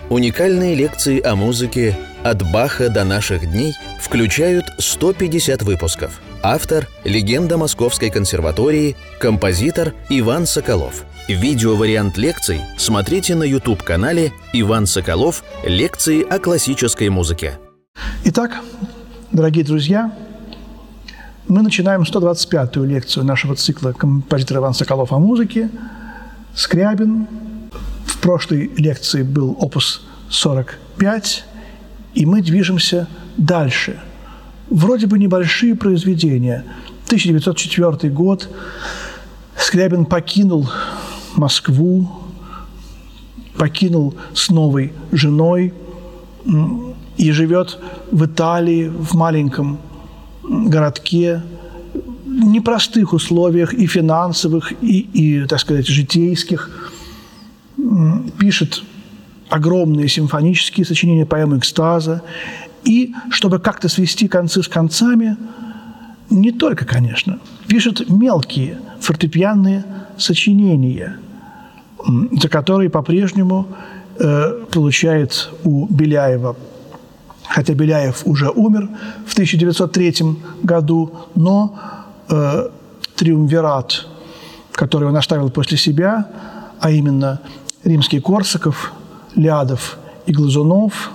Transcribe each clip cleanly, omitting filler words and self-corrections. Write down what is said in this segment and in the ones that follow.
Уникальные лекции о музыке «От Баха до наших дней» включают 150 выпусков. Автор – легенда Московской консерватории, композитор Иван Соколов. Видеовариант лекций смотрите на YouTube-канале «Иван Соколов. Лекции о классической музыке». Итак, дорогие друзья, мы начинаем 125-ю лекцию нашего цикла «Композитор Иван Соколов о музыке». Скрябин. В прошлой лекции был опус 45, и мы движемся дальше. Вроде бы небольшие произведения. 1904 год. Скрябин покинул Москву, покинул с новой женой и живет в Италии, в маленьком городке, в непростых условиях и финансовых, и, так сказать, житейских. Пишет огромные симфонические сочинения, поэмы экстаза. И, чтобы как-то свести концы с концами, не только, конечно, пишет мелкие фортепианные сочинения, за которые по-прежнему получает у Беляева, хотя Беляев уже умер в 1903 году, но триумвират, который он оставил после себя, а именно Римский-Корсаков, Лядов и Глазунов,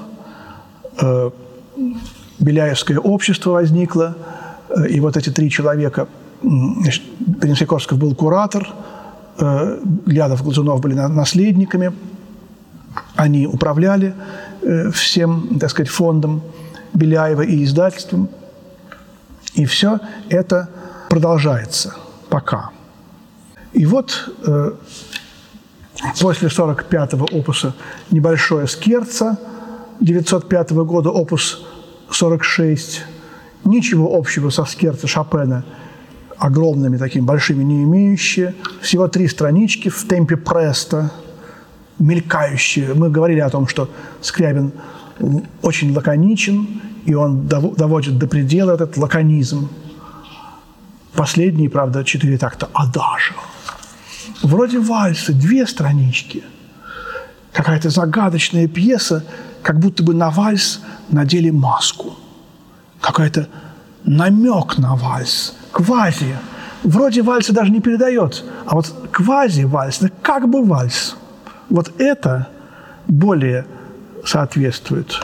Беляевское общество возникло, и вот эти три человека, Римский-Корсаков был куратор, Лядов и Глазунов были наследниками, они управляли всем, так сказать, фондом Беляева и издательством, и все это продолжается пока. И вот после 45-го опуса небольшое скерцо 905 года, опус 46, ничего общего со скерцо Шопена, огромными такими большими не имеющие, всего 3 странички в темпе престо, мелькающие. Мы говорили о том, что Скрябин очень лаконичен, и он доводит до предела этот лаконизм. Последние, правда, 4 такта адажио. Вроде вальса, 2 странички. Какая-то загадочная пьеса, как будто бы на вальс надели маску. Какой-то намек на вальс, квази. Вроде вальса даже не передает, а вот квази-вальс, это как бы вальс. Вот это более соответствует.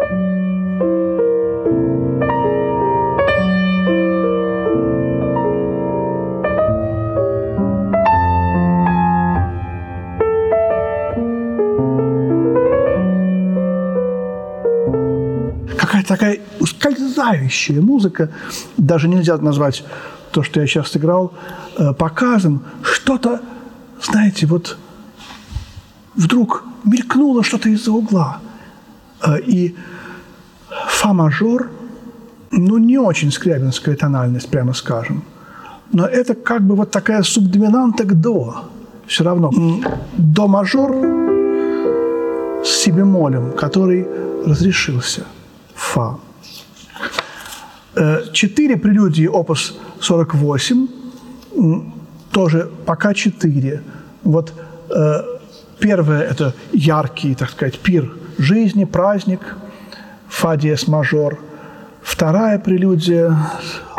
Такая ускользающая музыка, даже нельзя назвать то, что я сейчас сыграл, показом. Что-то, знаете, вот вдруг мелькнуло что-то из-за угла. И фа-мажор, ну, не очень скрябинская тональность, прямо скажем. Но это как бы вот такая субдоминанта к до. Все равно. До-мажор с си-бемолем, который разрешился. Фа. 4 прелюдии, опус 48, тоже пока 4. Вот первое – это яркий, так сказать, пир жизни, праздник, фа диез мажор. Вторая прелюдия –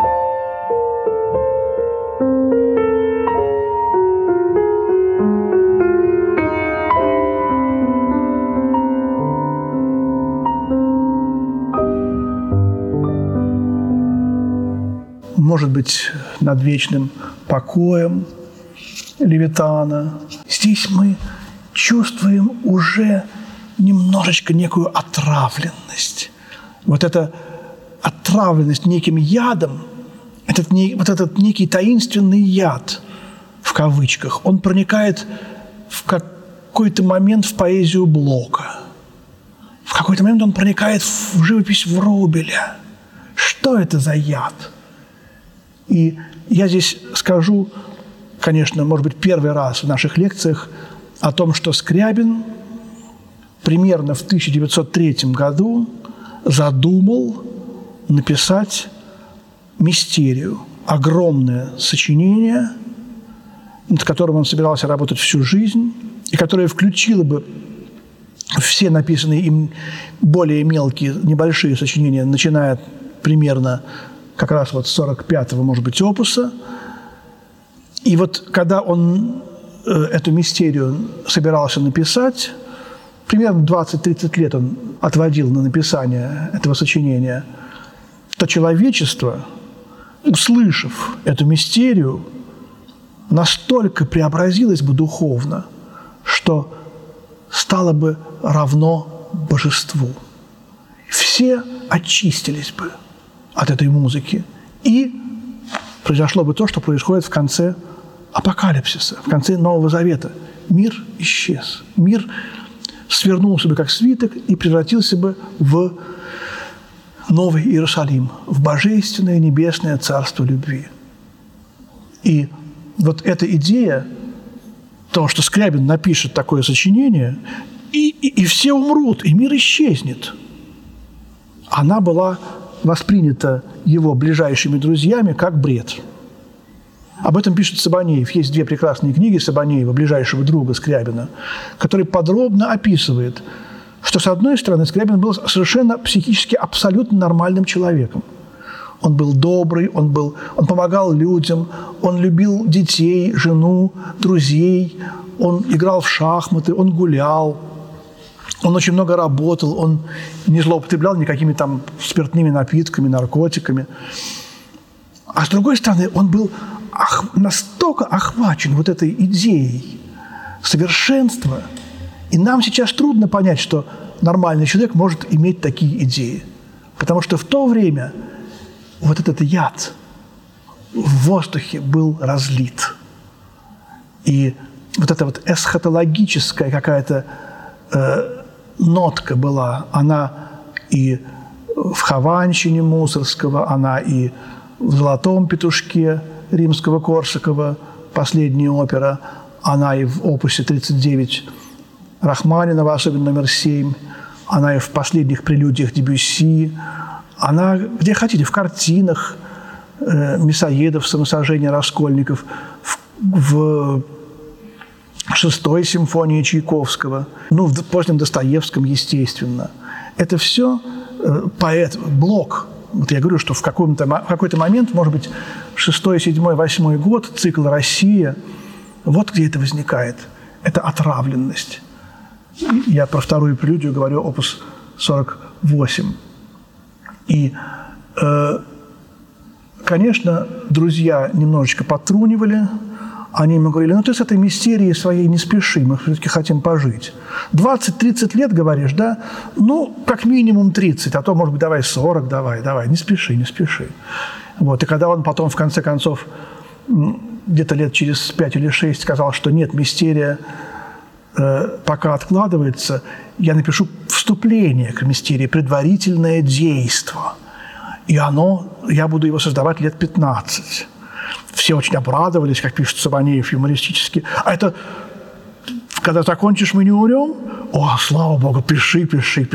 может быть, над вечным покоем Левитана. Здесь мы чувствуем уже немножечко некую отравленность. Вот эта отравленность неким ядом, вот этот некий таинственный яд, в кавычках, он проникает в какой-то момент в поэзию Блока. В какой-то момент он проникает в живопись Врубеля. Что это за яд? И я здесь скажу, конечно, может быть, первый раз в наших лекциях о том, что Скрябин примерно в 1903 году задумал написать «Мистерию», огромное сочинение, над которым он собирался работать всю жизнь, и которое включило бы все написанные им более мелкие, небольшие сочинения, начиная примерно как раз вот с 45-го, может быть, опуса. И вот когда он эту мистерию собирался написать, примерно 20-30 лет он отводил на написание этого сочинения, то человечество, услышав эту мистерию, настолько преобразилось бы духовно, что стало бы равно божеству. Все очистились бы от этой музыки, и произошло бы то, что происходит в конце апокалипсиса, в конце Нового Завета. Мир исчез. Мир свернулся бы как свиток и превратился бы в Новый Иерусалим, в божественное небесное царство любви. И вот эта идея, то, что Скрябин напишет такое сочинение, и все умрут, и мир исчезнет, она была воспринята его ближайшими друзьями как бред. Об этом пишет Сабанеев. Есть две прекрасные книги Сабанеева, ближайшего друга Скрябина, который подробно описывает, что, с одной стороны, Скрябин был совершенно психически абсолютно нормальным человеком. Он был добрый, он помогал людям, он любил детей, жену, друзей, он играл в шахматы, он гулял, он очень много работал, он не злоупотреблял никакими там спиртными напитками, наркотиками. А с другой стороны, он был настолько охвачен вот этой идеей совершенства, и нам сейчас трудно понять, что нормальный человек может иметь такие идеи. Потому что в то время вот этот яд в воздухе был разлит. И вот эта вот эсхатологическая какая-то нотка была, она и в «Хованщине» Мусорского, она и в «Золотом петушке» Римского-Корсакова, последняя опера, она и в опусе 39 Рахманинова, особенно номер 7, она и в последних прелюдиях Дебюсси, она где хотите, в картинах Мясоедов, «Самосожжение раскольников», в шестой симфонии Чайковского, в позднем Достоевском, естественно. Это все поэт, Блок. Вот я говорю, что в какой-то момент, может быть, 6-й, 7-й, 8-й год, цикл «Россия», вот где это возникает. Это отравленность. Я про вторую прелюдию говорю, опус 48. И, конечно, друзья немножечко подтрунивали. Они ему говорили, ты с этой мистерией своей не спеши, мы все-таки хотим пожить. 20-30 лет, говоришь, да? Как минимум 30, а то, может быть, давай 40, давай, не спеши. Вот. И когда он потом, в конце концов, где-то лет через 5 или 6 сказал, что нет, мистерия пока откладывается, я напишу вступление к мистерии, предварительное действо. И я буду его создавать лет 15. Все очень обрадовались, как пишет Сабанеев юмористически. А это, когда закончишь, мы не умрем? О, слава Богу, пиши.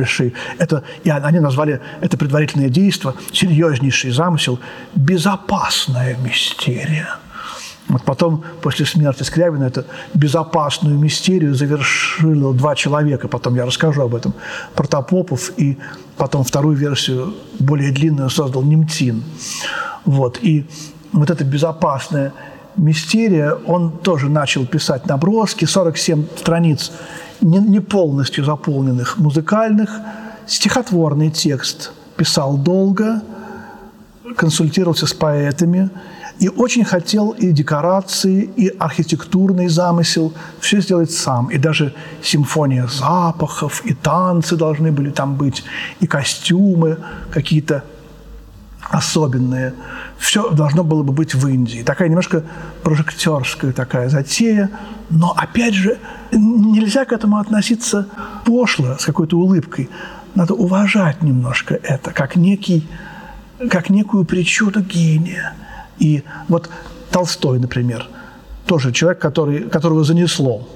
И они назвали это предварительное действо, серьезнейший замысел, безопасная мистерия. Вот потом, после смерти Скрябина, эту безопасную мистерию завершило 2 человека. Потом я расскажу об этом. Протопопов, и потом вторую версию, более длинную, создал Немцин. Вот. И вот эта безопасная мистерия, он тоже начал писать наброски, 47 страниц не полностью заполненных музыкальных, стихотворный текст писал долго, консультировался с поэтами, и очень хотел и декорации, и архитектурный замысел все сделать сам. И даже симфония запахов, и танцы должны были там быть, и костюмы какие-то особенные. Все должно было бы быть в Индии. Такая немножко прожектерская такая затея. Но, опять же, нельзя к этому относиться пошло, с какой-то улыбкой. Надо уважать немножко это, как некую причуду гения. И вот Толстой, например, тоже человек, которого занесло.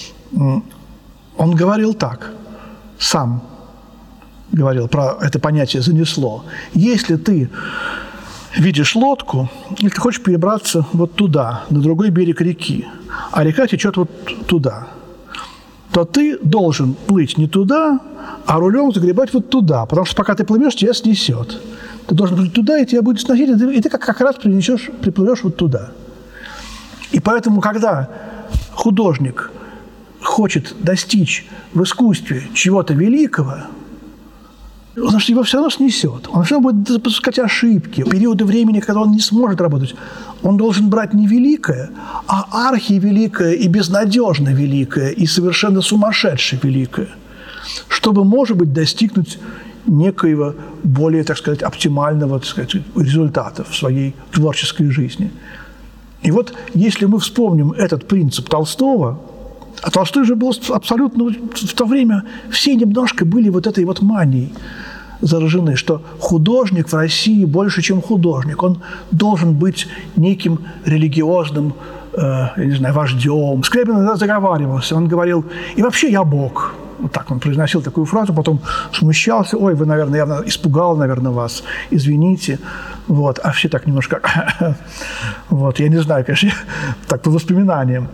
Он говорил так, сам говорил про это понятие «занесло». Если ты видишь лодку, или ты хочешь перебраться вот туда, на другой берег реки, а река течет вот туда, то ты должен плыть не туда, а рулем загребать вот туда, потому что пока ты плывешь, тебя снесет. Ты должен плыть туда, и тебя будет сносить, и ты как раз приплывешь вот туда. И поэтому, когда художник хочет достичь в искусстве чего-то великого, значит, его все равно снесет. Он все равно будет допускать ошибки, периоды времени, когда он не сможет работать. Он должен брать не великое, а архивеликое и безнадежно великое, и совершенно сумасшедше великое, чтобы, может быть, достигнуть некоего более, так сказать, оптимального, так сказать, результата в своей творческой жизни. И вот если мы вспомним этот принцип Толстого, а Толстой же был абсолютно в то время, все немножко были вот этой вот манией заражены, что художник в России больше, чем художник. Он должен быть неким религиозным, я не знаю, вождем. Скрябин иногда заговаривался, он говорил, и вообще я Бог. Вот так он произносил такую фразу, потом смущался, ой, вы, наверное, явно испугал, наверное, вас, извините. Вот, а все так немножко, вот, я не знаю, конечно, так по воспоминаниям.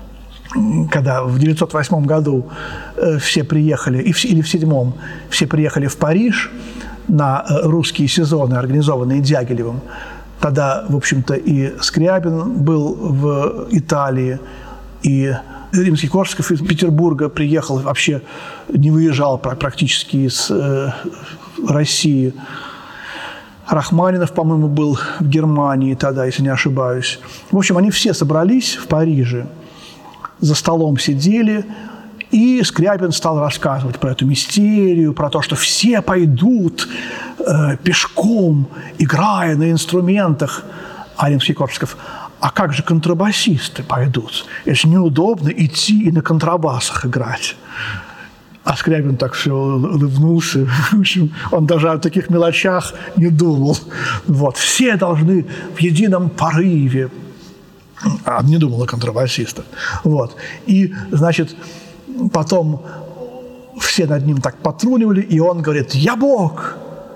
Когда в 1908 году все приехали, или в 1907 все приехали в Париж на русские сезоны, организованные Дягилевым, тогда, в общем-то, и Скрябин был в Италии, и Римский-Корсаков из Петербурга приехал, вообще не выезжал практически из России. Рахманинов, по-моему, был в Германии тогда, если не ошибаюсь. В общем, они все собрались в Париже, за столом сидели, и Скрябин стал рассказывать про эту мистерию, про то, что все пойдут пешком, играя на инструментах. А Римский-Корсаков, а как же контрабасисты пойдут? Это же неудобно идти и на контрабасах играть. А Скрябин так все улыбнулся. В общем, он даже о таких мелочах не думал. Вот. Все должны в едином порыве. А не думал о контрабасистах. Вот. И, значит, потом все над ним так потрунивали, и он говорит, я Бог.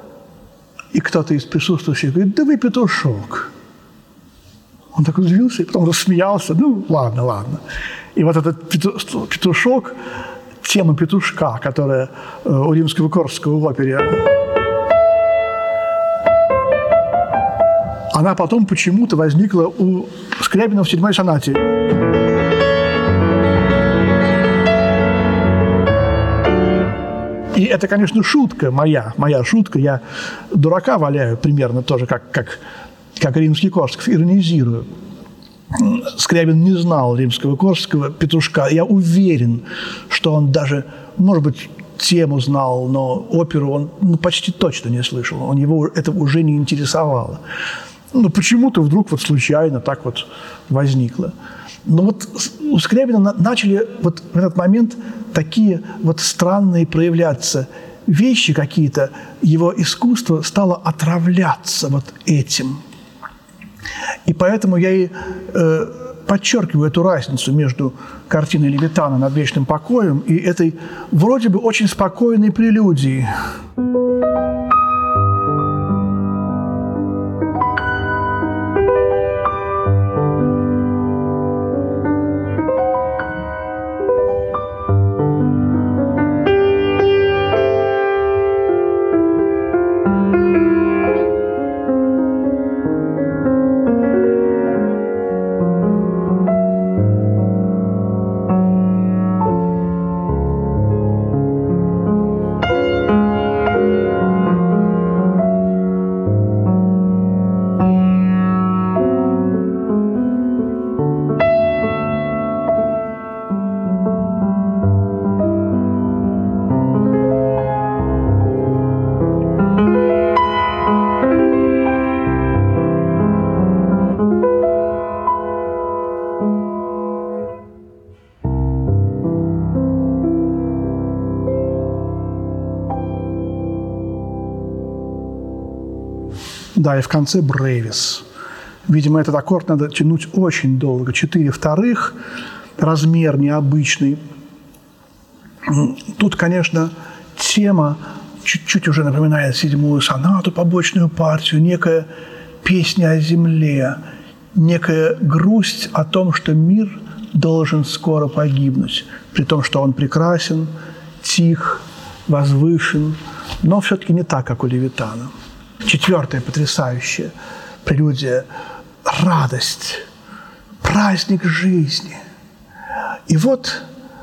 И кто-то из присутствующих говорит, да вы петушок. Он так удивился, и потом рассмеялся. Ну, ладно. И вот этот петушок, тема петушка, которая у Римского-Корсакова в опере, она потом почему-то возникла у Скрябина в 7-й сонате. И это, конечно, шутка моя шутка. Я дурака валяю примерно тоже, как Римский-Корсаков, иронизирую. Скрябин не знал Римского-Корсакова, петушка. Я уверен, что он даже, может быть, тему знал, но оперу он почти точно не слышал. Его это уже не интересовало. Но почему-то вдруг вот случайно так вот возникло. Но вот у Скрябина начали вот в этот момент такие вот странные проявляться вещи какие-то. Его искусство стало отравляться вот этим. И поэтому я и подчеркиваю эту разницу между картиной Левитана «Над вечным покоем» и этой вроде бы очень спокойной прелюдией. Да, и в конце бревис. Видимо, этот аккорд надо тянуть очень долго. 4/2, размер необычный. Тут, конечно, тема чуть-чуть уже напоминает 7-ю сонату, побочную партию, некая песня о земле, некая грусть о том, что мир должен скоро погибнуть, при том, что он прекрасен, тих, возвышен, но все-таки не так, как у Левитана. Четвертая потрясающая прелюдия – радость, праздник жизни. И вот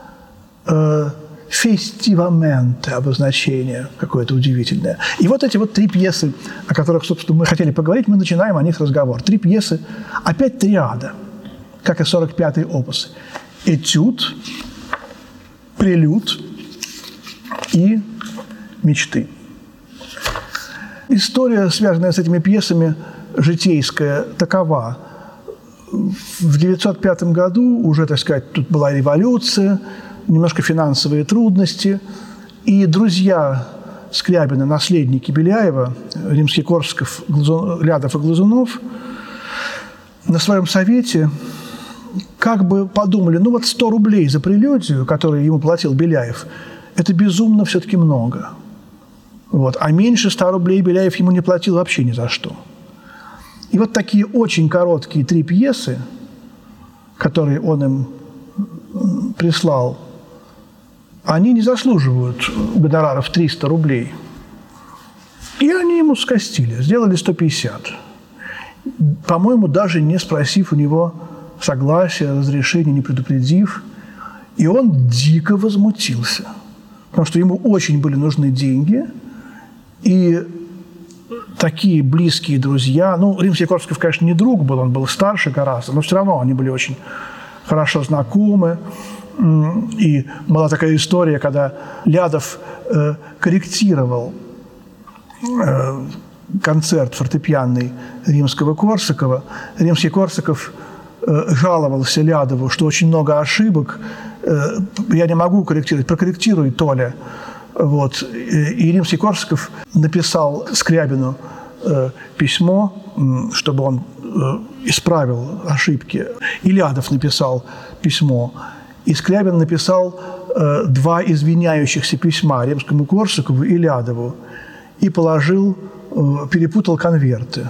фестиваменты, обозначение какое-то удивительное. И вот эти вот три пьесы, о которых, собственно, мы хотели поговорить, мы начинаем о них разговор. Три пьесы, опять триада, как и 45-й опус. Этюд, прелюд и мечты. История, связанная с этими пьесами, житейская, такова. В 905 году уже, так сказать, тут была революция, немножко финансовые трудности, и друзья Скрябина, наследники Беляева, Римский-Корсаков, Лядов и Глазунов, на своем совете как бы подумали, ну вот 100 рублей за прелюдию, которую ему платил Беляев, это безумно все-таки много. Вот. А меньше 100 рублей Беляев ему не платил вообще ни за что. И вот такие очень короткие три пьесы, которые он им прислал, они не заслуживают гонораров 300 рублей. И они ему скостили, сделали 150. По-моему, даже не спросив у него согласия, разрешения, не предупредив. И он дико возмутился, потому что ему очень были нужны деньги, и такие близкие друзья, ну, Римский-Корсаков, конечно, не друг был, он был старше гораздо, но все равно они были очень хорошо знакомы. И была такая история, когда Лядов корректировал концерт фортепианный Римского-Корсакова. Римский-Корсаков жаловался Лядову, что очень много ошибок, я не могу корректировать, прокорректируй, Толя. Вот. И Римский-Корсаков написал Скрябину письмо, чтобы он исправил ошибки. И Лядов написал письмо. И Скрябин написал 2 извиняющихся письма Римскому Корсакову и Лядову. И положил, перепутал конверты.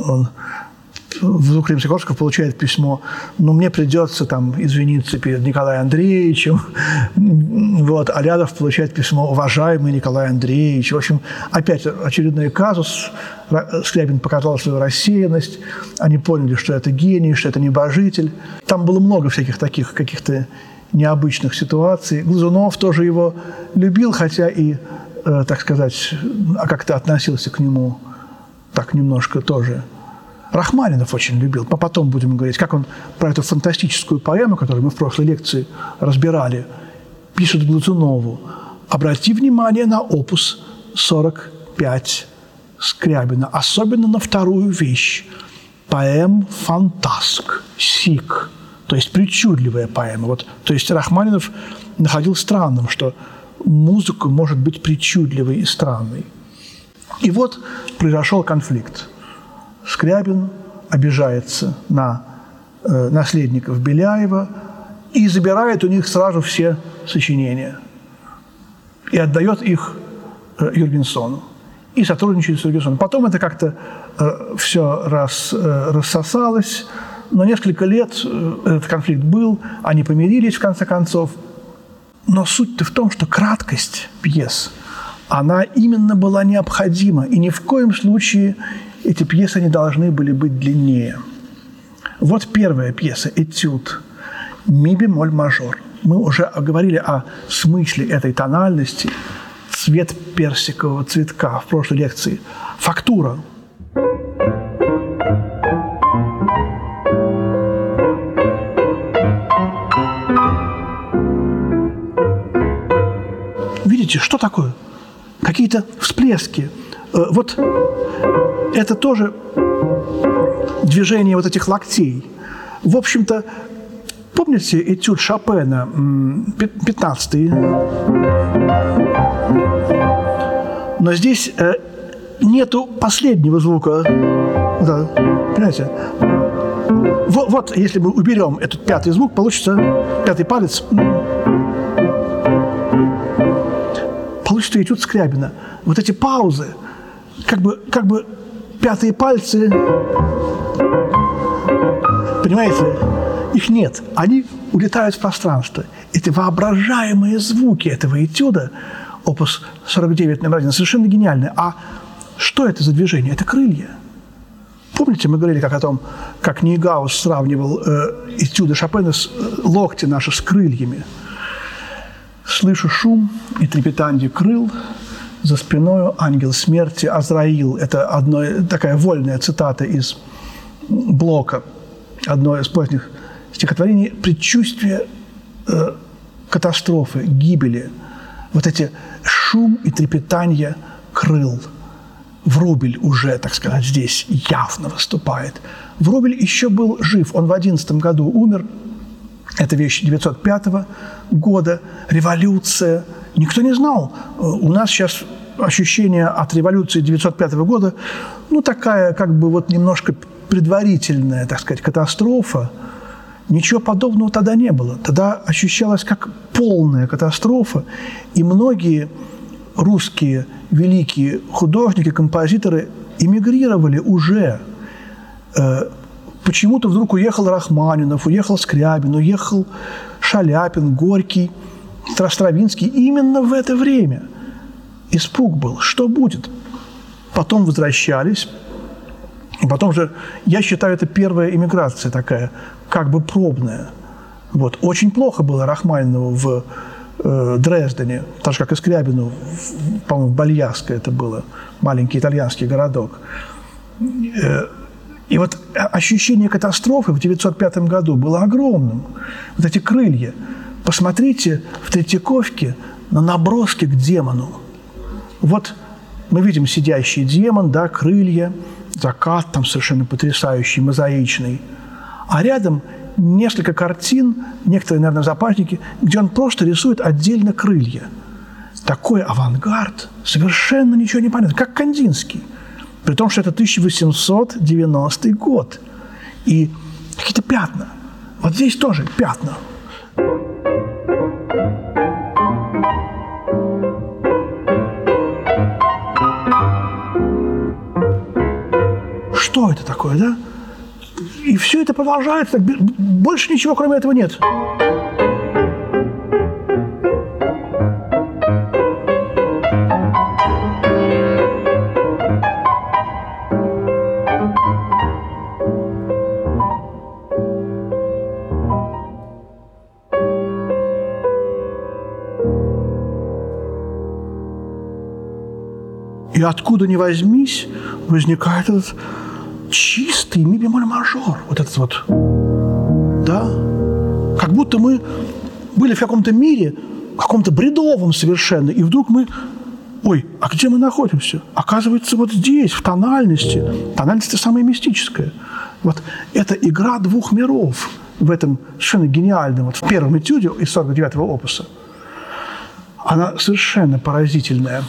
Вдруг Римский-Корсаков получает письмо, ну, мне придется там извиниться перед Николаем Андреевичем. Вот. А Лядов получает письмо, уважаемый Николай Андреевич. В общем, опять очередной казус. Скрябин показал свою рассеянность. Они поняли, что это гений, что это небожитель. Там было много всяких таких каких-то необычных ситуаций. Глазунов тоже его любил, хотя и, так сказать, как-то относился к нему так немножко тоже. Рахманинов очень любил. Потом будем говорить, как он про эту фантастическую поэму, которую мы в прошлой лекции разбирали, пишет Глазунову. Обрати внимание на опус 45 Скрябина, особенно на вторую вещь. Поэм фантаск, сик, то есть причудливая поэма. Вот, то есть Рахманинов находил странным, что музыка может быть причудливой и странной. И вот произошел конфликт. Скрябин обижается на наследников Беляева и забирает у них сразу все сочинения и отдает их Юргенсону. И сотрудничает с Юргенсоном. Потом это как-то все рассосалось, но несколько лет этот конфликт был, они помирились в конце концов. Но суть-то в том, что краткость пьес, она именно была необходима, и ни в коем случае эти пьесы не должны были быть длиннее. Вот первая пьеса «Этюд», ми бемоль мажор. Мы уже говорили о смысле этой тональности, цвет персикового цветка в прошлой лекции. Фактура. Видите, что такое? Какие-то всплески. Вот это тоже движение вот этих локтей. В общем-то, помните этюд Шопена, 15-й? Но здесь нету последнего звука. Да, понимаете? Вот, если мы уберем этот пятый звук, получится пятый палец. Получится этюд Скрябина. Вот эти паузы, как бы пятые пальцы, понимаете? Их нет. Они улетают в пространство. Эти воображаемые звуки этого этюда, опус 49 номер 1, совершенно гениальны. А что это за движение? Это крылья. Помните, мы говорили о том, как Нейгаус сравнивал этюды Шопена с локти наши с крыльями. «Слышу шум и трепетанье крыл, за спиною ангел смерти Азраил». Это такая вольная цитата из Блока, одно из поздних стихотворений. Предчувствие катастрофы, гибели. Вот эти шум и трепетанье крыл. Врубель уже, так сказать, здесь явно выступает. Врубель еще был жив. Он в 11 году умер. Это вещь 905 года. Революция. Никто не знал. У нас сейчас ощущение от революции 905 года, такая как бы вот немножко предварительная, так сказать, катастрофа. Ничего подобного тогда не было. Тогда ощущалась как полная катастрофа. И многие русские великие художники, композиторы эмигрировали уже. Почему-то вдруг уехал Рахманинов, уехал Скрябин, уехал Шаляпин, Горький, Стравинский. Именно в это время испуг был. Что будет? Потом возвращались. И потом же, я считаю, это первая эмиграция такая, как бы пробная. Вот. Очень плохо было Рахманинову в Дрездене, так же, как и Скрябину, по-моему, Бальяско это было, маленький итальянский городок. И вот ощущение катастрофы в 905 году было огромным. Вот эти крылья. Посмотрите в Третьяковке на наброски к демону. Вот мы видим сидящий демон, да, крылья, закат там совершенно потрясающий, мозаичный. А рядом несколько картин, некоторые, наверное, запасники, где он просто рисует отдельно крылья. Такой авангард, совершенно ничего не понятно, как Кандинский. При том, что это 1890 год. И какие-то пятна. Вот здесь тоже пятна. Что это такое, да? И все это продолжается. Больше ничего, кроме этого, нет. И откуда ни возьмись, возникает этот чистый ми-бемоль-мажор. Вот этот вот. Да? Как будто мы были в каком-то мире, каком-то бредовом совершенно, и вдруг мы... Ой, а где мы находимся? Оказывается, вот здесь, в тональности. Тональность – самая мистическая. Вот это игра двух миров в этом совершенно гениальном, вот в первом этюде из 49-го опуса. Она совершенно поразительная.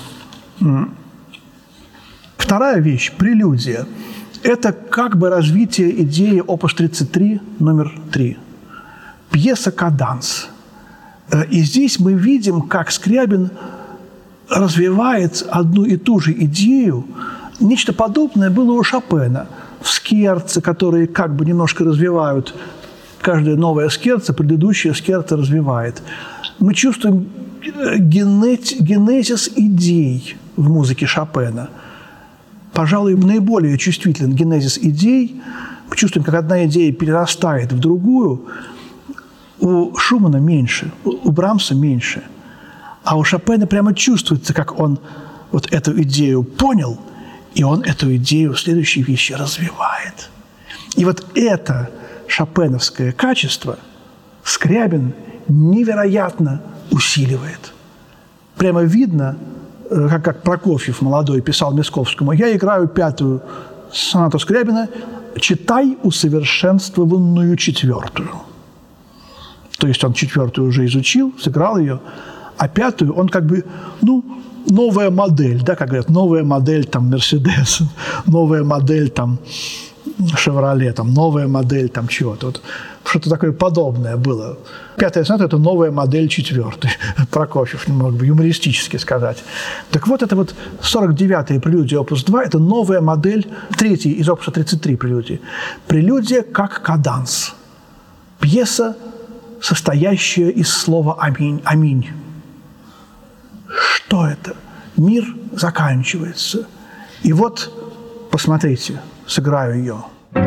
Вторая вещь – прелюдия. Это как бы развитие идеи опус 33, номер 3. Пьеса «Каданс». И здесь мы видим, как Скрябин развивает одну и ту же идею. Нечто подобное было у Шопена. В скерце, которые как бы немножко развивают. Каждая новая скерца, предыдущая скерца развивает. Мы чувствуем генезис идей в музыке Шопена. Пожалуй, наиболее чувствителен генезис идей. Мы чувствуем, как одна идея перерастает в другую. У Шумана меньше, у Брамса меньше. А у Шопена прямо чувствуется, как он вот эту идею понял, и он эту идею в следующей вещи развивает. И вот это шопеновское качество Скрябин невероятно усиливает. Прямо видно, как Прокофьев молодой писал Мясковскому: «Я играю 5-ю сонату Скрябина, читай усовершенствованную 4-ю». То есть он 4-ю уже изучил, сыграл ее, а 5-ю он как бы, новая модель, да, как говорят, новая модель там Мерседес, новая модель там Шевроле, там новая модель там чего-то. Вот что-то такое подобное было. 5-я соната – это новая модель 4-й. Прокофьев мог бы юмористически сказать. Так вот, это вот 49-я прелюдия опус 2 – это новая модель 3-й из опуса 33 прелюдии. Прелюдия как каданс. Пьеса, состоящая из слова «Аминь». Аминь. Что это? Мир заканчивается. И вот, посмотрите, сыграю ее.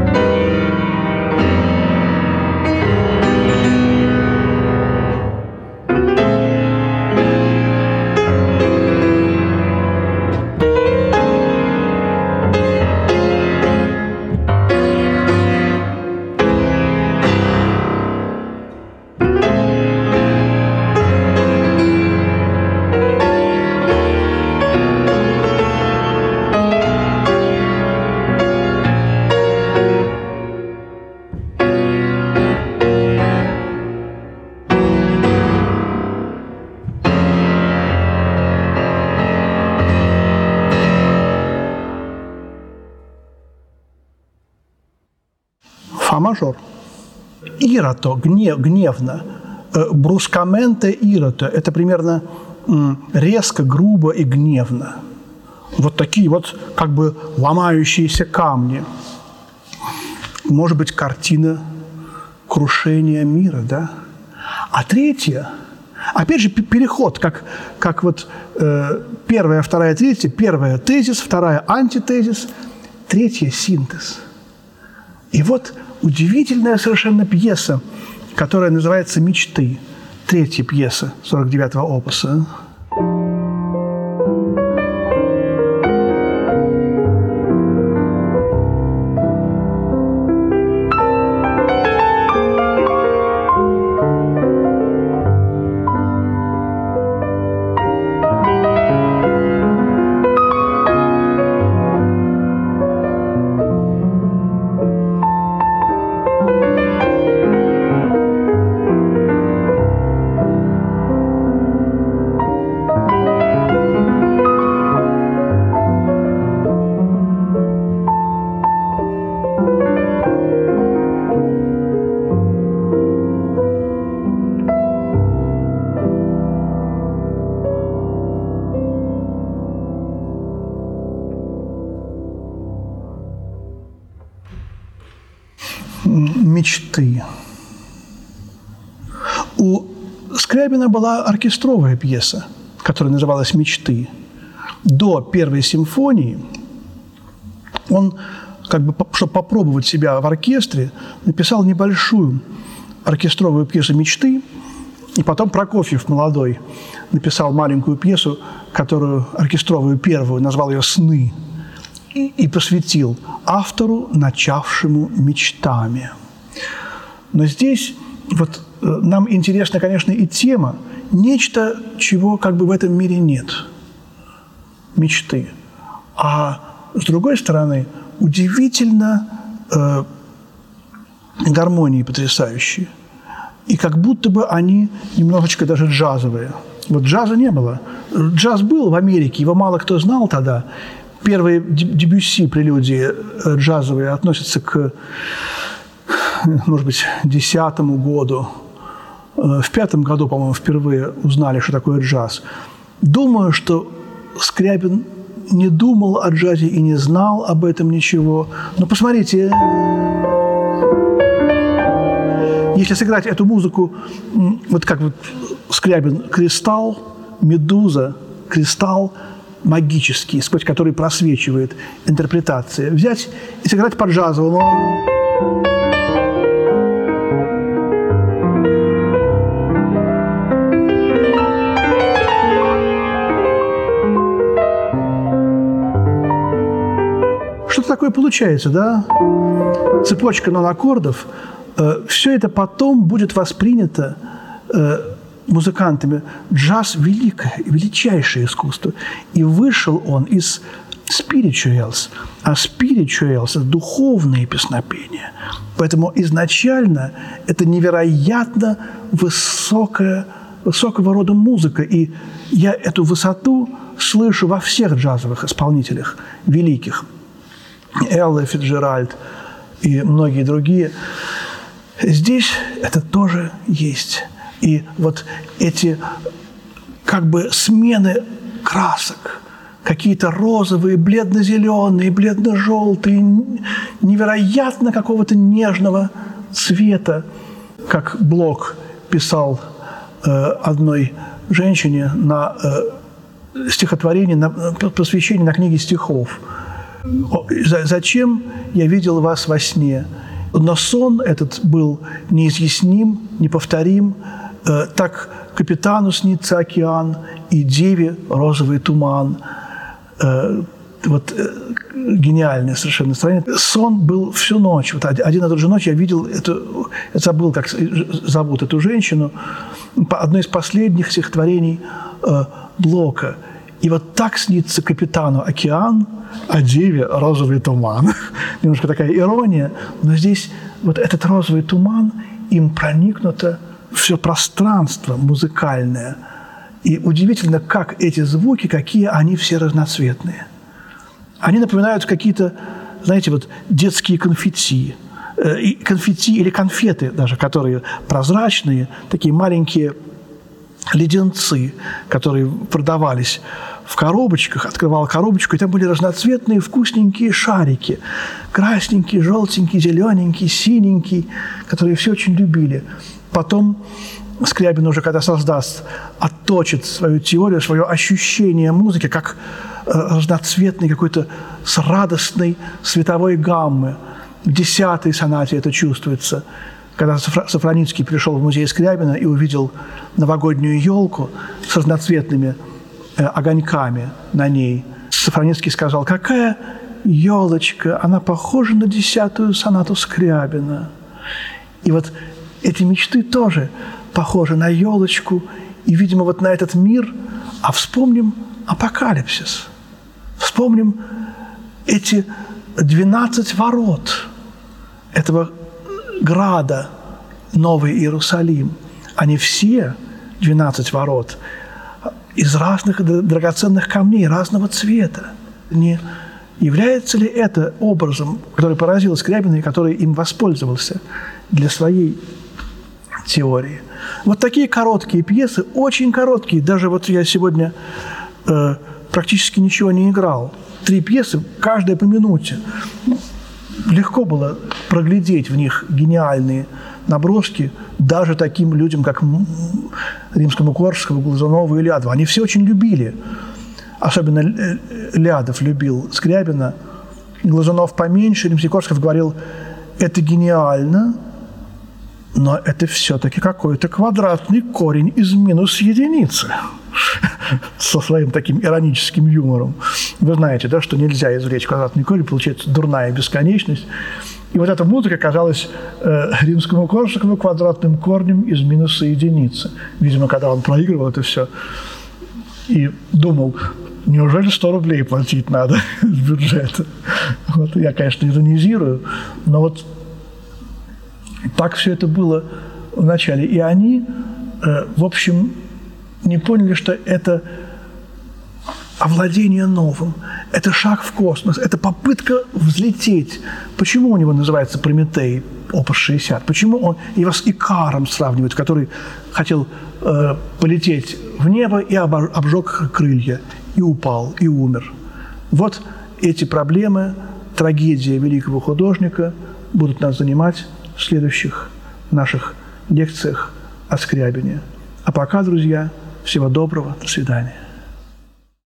Фа мажор. Ирото, гневно. Брускаменте ирото. Это примерно резко, грубо и гневно. Вот такие вот как бы ломающиеся камни. Может быть, картина крушения мира, да? А третья, опять же, переход, как вот первая, вторая, третья. Первая – тезис, вторая – антитезис, третья – синтез. И вот удивительная совершенно пьеса, которая называется «Мечты». Третья пьеса 49-го опуса. Мечты. У Скрябина была оркестровая пьеса, которая называлась «Мечты». До первой симфонии он, как бы, чтобы попробовать себя в оркестре, написал небольшую оркестровую пьесу «Мечты», и потом Прокофьев, молодой, написал маленькую пьесу, которую оркестровую первую, назвал ее «Сны», и посвятил автору, начавшему мечтами. Но здесь вот нам интересна, конечно, и тема, нечто, чего как бы в этом мире нет. Мечты. А с другой стороны, удивительно гармонии потрясающие. И как будто бы они немножечко даже джазовые. Вот джаза не было. Джаз был в Америке, его мало кто знал тогда. Первые Дебюсси прелюдии джазовые относятся к, может быть, 10-му году. В 5-м году, по-моему, впервые узнали, что такое джаз. Думаю, что Скрябин не думал о джазе и не знал об этом ничего. Но посмотрите, если сыграть эту музыку, вот как вот Скрябин, кристалл, медуза, кристалл магический, сквозь который просвечивает интерпретация, взять и сыграть по-джазовому. Что-то такое получается, да? Цепочка нон-аккордов. Все это потом будет воспринято музыкантами. Джаз – великое, величайшее искусство. И вышел он из spirituals. А spirituals – это духовные песнопения. Поэтому изначально это невероятно высокого рода музыка. И я эту высоту слышу во всех джазовых исполнителях великих. Элла Фицджеральд и многие другие. Здесь это тоже есть. И вот эти как бы смены красок, какие-то розовые, бледно-зеленые, бледно-желтые, невероятно какого-то нежного цвета, как Блок писал одной женщине на стихотворение, на посвящение на книге стихов. «Зачем я видел вас во сне? Но сон этот был неизъясним, неповторим. Так капитану снится океан, и деве розовый туман». Вот гениальное совершенно настроение. Сон был всю ночь. Вот один и тот же ночь я видел эту, я забыл, как зовут эту женщину, одно из последних стихотворений Блока. И вот так снится капитану океан, а деве розовый туман. Немножко такая ирония, но здесь вот этот розовый туман, им проникнуто все пространство музыкальное. И удивительно, как эти звуки, какие они все разноцветные. Они напоминают какие-то, знаете, вот детские конфетти. Конфетти или конфеты даже, которые прозрачные, такие маленькие леденцы, которые продавались в коробочках. Открывал коробочку, и там были разноцветные вкусненькие шарики. Красненький, желтенький, зелененький, синенький, которые все очень любили. Потом Скрябин уже, когда создаст, отточит свою теорию, свое ощущение музыки, как разноцветный какой-то с радостной световой гаммы. В 10-й сонате это чувствуется. Когда Сафроницкий пришел в музей Скрябина и увидел новогоднюю елку с разноцветными огоньками на ней, Сафроницкий сказал: «Какая елочка, она похожа на 10-ю сонату Скрябина». И вот эти мечты тоже похожи на елочку и, видимо, вот на этот мир. А вспомним апокалипсис. Вспомним эти 12 ворот этого града Новый Иерусалим. Они все, 12 ворот, из разных драгоценных камней, разного цвета. Не является ли это образом, который поразил Скрябина и который им воспользовался для своей теории? Вот такие короткие пьесы, очень короткие. Даже вот я сегодня практически ничего не играл. 3 пьесы, каждая по минуте. Легко было проглядеть в них гениальные наброски даже таким людям, как Римскому, Корсаков, Глазунову и Лядову. Они все очень любили. Особенно Лядов любил Скрябина. Глазунов поменьше. Римский-Корсаков говорил: это гениально, но это все-таки какой-то квадратный корень из минус единицы. Со своим таким ироническим юмором. Вы знаете, да, что нельзя извлечь квадратный корень, получается дурная бесконечность. И вот эта музыка казалась Римскому Корсакову квадратным корнем из минуса единицы. Видимо, когда он проигрывал это все и думал: неужели 100 рублей платить надо с бюджета? Вот, я, конечно, иронизирую, но вот так все это было в начале. И они, в общем, не поняли, что это овладение новым, это шаг в космос, это попытка взлететь. Почему у него называется «Прометей», опус 60? Почему он его с Икаром сравнивают, который хотел полететь в небо и обжег крылья, и упал, и умер? Вот эти проблемы, трагедия великого художника будут нас занимать в следующих наших лекциях о Скрябине. А пока, друзья, всего доброго, до свидания.